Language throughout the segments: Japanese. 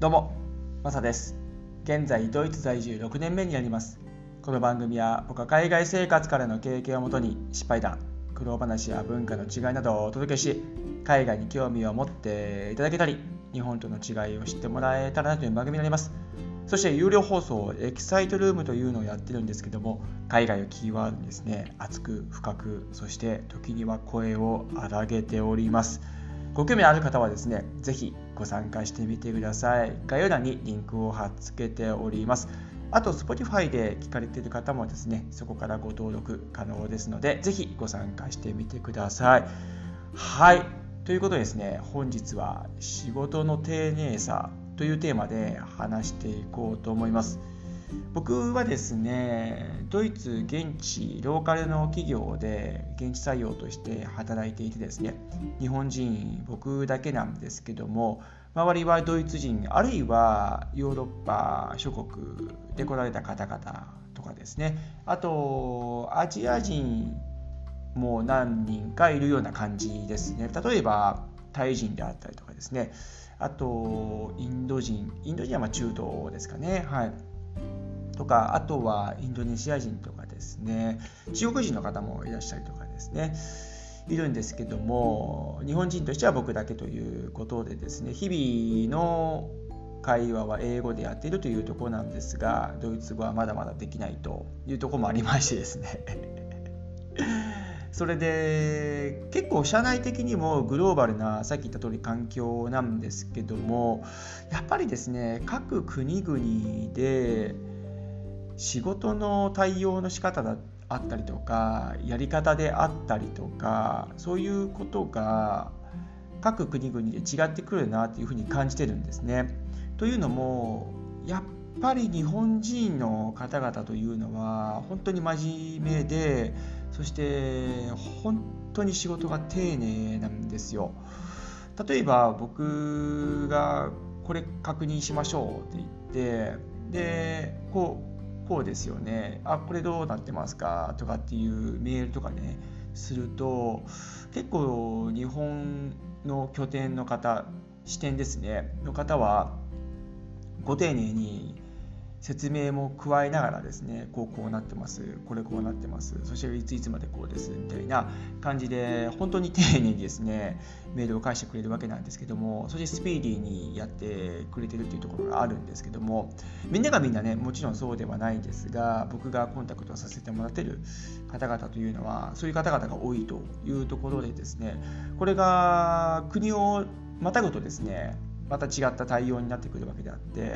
どうも、マサです。現在ドイツ在住6年目になります。この番組は僕は海外生活からの経験をもとに失敗談、苦労話や文化の違いなどをお届けし、海外に興味を持っていただけたり、日本との違いを知ってもらえたらなという番組になります。そして有料放送エキサイトルームというのをやってるんですけども、海外をキーワードにですね、熱く深く、そして時には声を荒げております。ご興味ある方はですね、ぜひご参加してみてください。概要欄にリンクを貼っ付けております。あと Spotify で聞かれている方もですね、そこからご登録可能ですので、ぜひご参加してみてください。はい、ということでですね、本日は仕事の丁寧さというテーマで話していこうと思います。僕はですね、ドイツ現地ローカルの企業で現地採用として働いていてですね、日本人僕だけなんですけども、周りはドイツ人あるいはヨーロッパ諸国で来られた方々とかですね、あとアジア人も何人かいるような感じですね。例えばタイ人であったりとかですね、あとインド人は中東ですかね、はいとか、あとはインドネシア人とかですね、中国人の方もいらっしゃるとかですね、いるんですけども、日本人としては僕だけということでですね、日々の会話は英語でやっているというところなんですが、ドイツ語はまだまだできないというところもありましてですねそれで結構社内的にもグローバルなさっき言った通り環境なんですけども、やっぱりですね、各国々で仕事の対応の仕方だあったりとか、やり方であったりとか、そういうことが各国々で違ってくるなというふうに感じてるんですね。というのも、やっぱり日本人の方々というのは本当に真面目で、そして本当に仕事が丁寧なんですよ。例えば僕がこれ確認しましょうって言って、でこうですよね、これどうなってますかとかっていうメールとかねすると、結構日本の拠点の方、支店ですねの方はご丁寧に説明も加えながらですね、こうなってます、これこうなってます、そしていつまでこうですみたいな感じで本当に丁寧にですねメールを返してくれるわけなんですけども、そしてスピーディーにやってくれてるっていうところがあるんですけども、みんながみんなねもちろんそうではないんですが、僕がコンタクトさせてもらってる方々というのはそういう方々が多いというところでですね、これが国をまたぐとですね、また違った対応になってくるわけであって、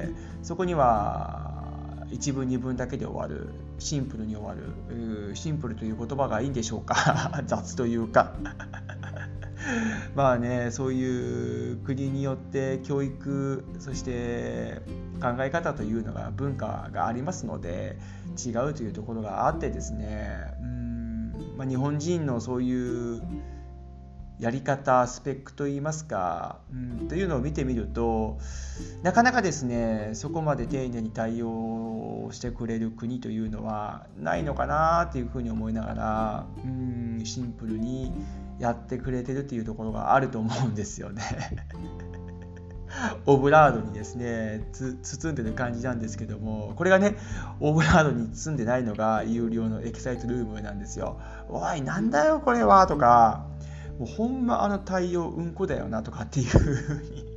そこには1文2文だけで終わる、シンプルに終わる、シンプルという言葉がいいんでしょうか雑というかまあね、そういう国によって教育、そして考え方というのが文化がありますので、違うというところがあってですね、日本人のそういうやり方、スペックといいますか、というのを見てみると、なかなかですね、そこまで丁寧に対応してくれる国というのはないのかなというふうに思いながら、シンプルにやってくれてるというところがあると思うんですよねオブラードにですね包んでる感じなんですけども、これがねオブラードに包んでないのが有料のエキサイトルームなんですよ。おいなんだよこれはとか、もうほんま対応うんこだよなとかっていう風に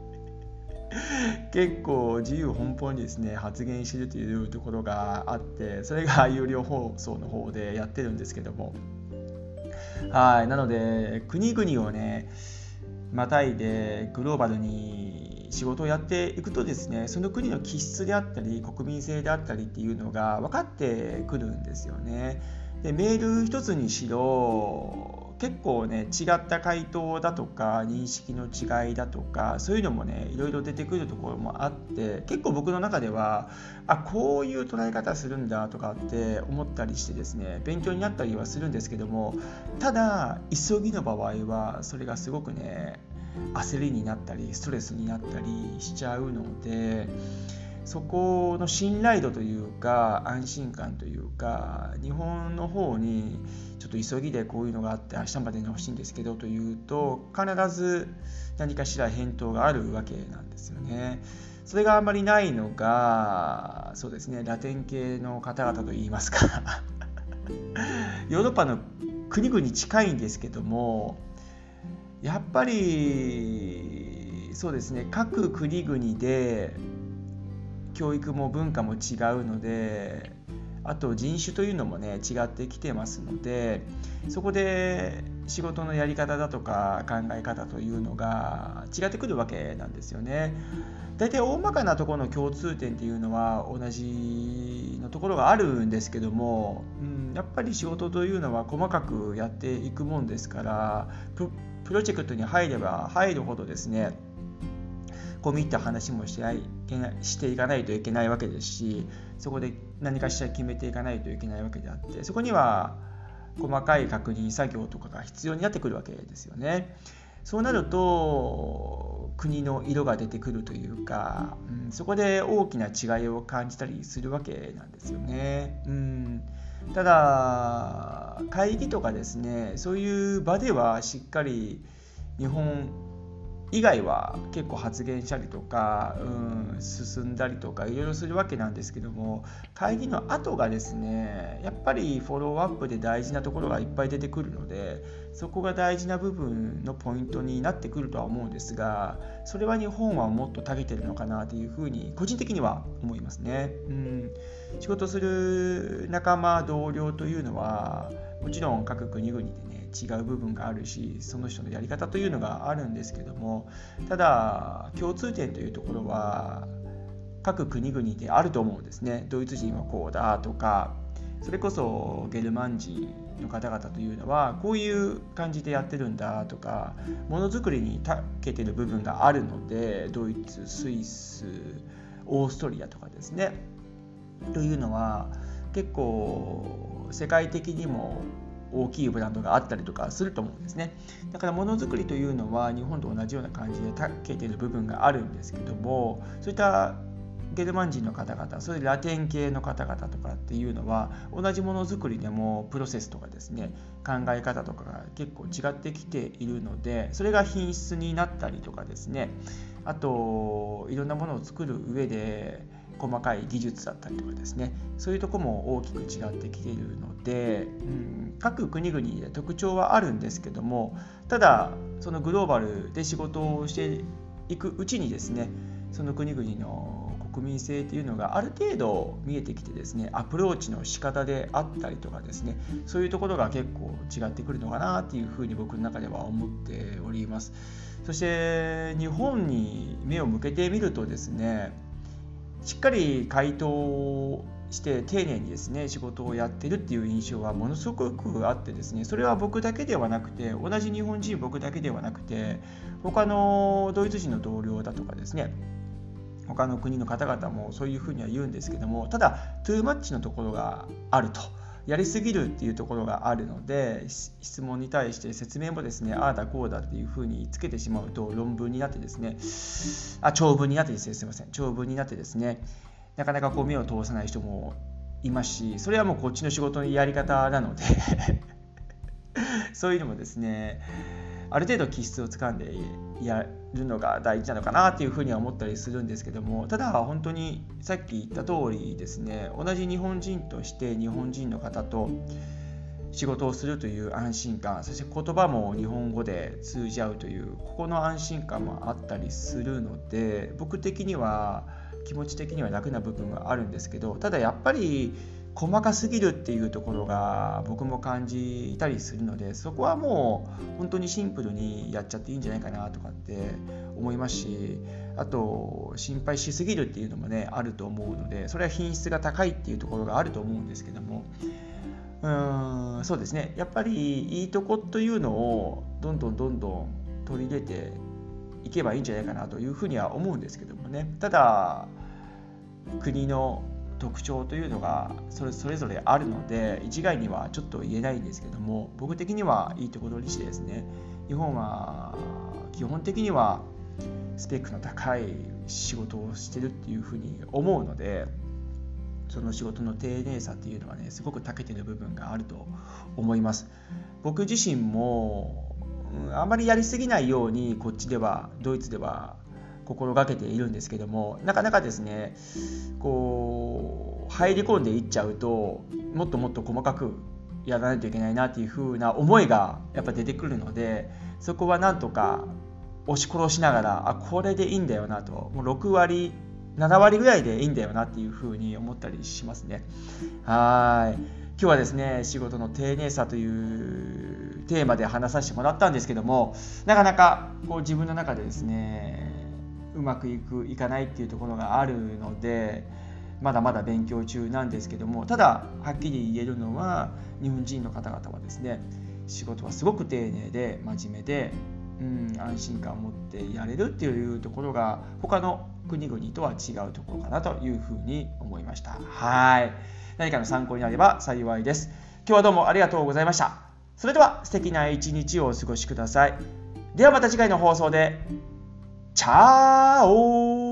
結構自由奔放にですね発言してるというところがあって、それが有料放送の方でやってるんですけども、はい、なので国々をねまたいでグローバルに仕事をやっていくとですね、その国の気質であったり国民性であったりっていうのが分かってくるんですよね。でメール一つにしろ結構ね違った回答だとか認識の違いだとか、そういうのもねいろいろ出てくるところもあって、結構僕の中ではこういう捉え方するんだとかって思ったりしてですね、勉強になったりはするんですけども、ただ急ぎの場合はそれがすごくね焦りになったりストレスになったりしちゃうので、 そこの信頼度というか安心感というか、日本の方にちょっと急ぎでこういうのがあって明日までに欲しいんですけどというと、必ず何かしら返答があるわけなんですよね。それがあんまりないのが、そうですね、ラテン系の方々といいますかヨーロッパの国々近いんですけども、やっぱりそうですね、各国々で教育も文化も違うので、あと人種というのもね違ってきてますので、そこで仕事のやり方だとか考え方というのが違ってくるわけなんですよね。大体大まかなところの共通点っていうのは同じのところがあるんですけども、やっぱり仕事というのは細かくやっていくもんですから、プロジェクトに入れば入るほどですね、込み入った話もしていかないといけないわけですし、そこで何かしら決めていかないといけないわけであって、そこには細かい確認作業とかが必要になってくるわけですよね。そうなると国の色が出てくるというか、そこで大きな違いを感じたりするわけなんですよね。ただ会議とかですね、そういう場ではしっかり日本以外は結構発言したりとか、進んだりとかいろいろするわけなんですけども、会議の後がですね、やっぱりフォローアップで大事なところがいっぱい出てくるので、そこが大事な部分のポイントになってくるとは思うんですが、それは日本はもっと長けてるのかなというふうに個人的には思いますね。仕事する仲間同僚というのはもちろん各国々でね違う部分があるし、その人のやり方というのがあるんですけども、ただ共通点というところは各国々であると思うんですね。ドイツ人はこうだとか、それこそゲルマン人の方々というのはこういう感じでやってるんだとか、ものづくりに長けてる部分があるので、ドイツ、スイス、オーストリアとかですねというのは結構世界的にも大きいブランドがあったりとかすると思うんですね。だからものづくりというのは日本と同じような感じで長けている部分があるんですけども、そういったゲルマン人の方々、それでラテン系の方々とかっていうのは同じものづくりでもプロセスとかですね、考え方とかが結構違ってきているので、それが品質になったりとかですね、あといろんなものを作る上で細かい技術だったりとかですね、そういうところも大きく違ってきているので、各国々で特徴はあるんですけども、ただそのグローバルで仕事をしていくうちにですね、その国々の国民性というのがある程度見えてきてですね、アプローチの仕方であったりとかですね、そういうところが結構違ってくるのかなっていうふうに僕の中では思っております。そして日本に目を向けてみるとですね、しっかり回答して丁寧にですね仕事をやってるっていう印象はものすごくあってですね、それは僕だけではなくて、同じ日本人僕だけではなくて、他のドイツ人の同僚だとかですね、他の国の方々もそういうふうには言うんですけども、ただトゥーマッチのところがあると、やりすぎるっていうところがあるので、質問に対して説明もですね、ああだこうだっていうふうにつけてしまうと論文になってですね、長文になってですね、すいません、長文になってですね、なかなかこう目を通さない人もいますし、それはもうこっちの仕事のやり方なのでそういうのもですね、ある程度気質をつかんでやるのが大事なのかなっていうふうには思ったりするんですけども、ただ本当にさっき言った通りですね、同じ日本人として日本人の方と仕事をするという安心感、そして言葉も日本語で通じ合うというここの安心感もあったりするので、僕的には気持ち的には楽な部分があるんですけど、ただやっぱり細かすぎるっていうところが僕も感じたりするので、そこはもう本当にシンプルにやっちゃっていいんじゃないかなとかって思いますし、あと心配しすぎるっていうのもねあると思うので、それは品質が高いっていうところがあると思うんですけども、そうですね、やっぱりいいとこというのをどんどん取り入れていけばいいんじゃないかなというふうには思うんですけどもね。ただ国の特徴というのがそれぞれあるので一概にはちょっと言えないんですけども、僕的にはいいところにしてですね、日本は基本的にはスペックの高い仕事をしてるっていうふうに思うので、その仕事の丁寧さっていうのはねすごく長けてる部分があると思います。僕自身もあまりやりすぎないようにこっちではドイツでは心がけているんですけども、なかなかですねこう入り込んでいっちゃうともっともっと細かくやらないといけないなっていう風な思いがやっぱ出てくるので、そこはなんとか押し殺しながらこれでいいんだよなと、もう6割7割ぐらいでいいんだよなっていう風に思ったりしますね。今日はですね仕事の丁寧さというテーマで話させてもらったんですけども、なかなかこう自分の中でですねうまくいかないっていうところがあるので、まだまだ勉強中なんですけども、ただはっきり言えるのは日本人の方々はですね仕事はすごく丁寧で真面目で、安心感を持ってやれるっていうところが他の国々とは違うところかなというふうに思いました。何かの参考になれば幸いです。今日はどうもありがとうございました。それでは素敵な一日をお過ごしください。ではまた次回の放送で。チャオ。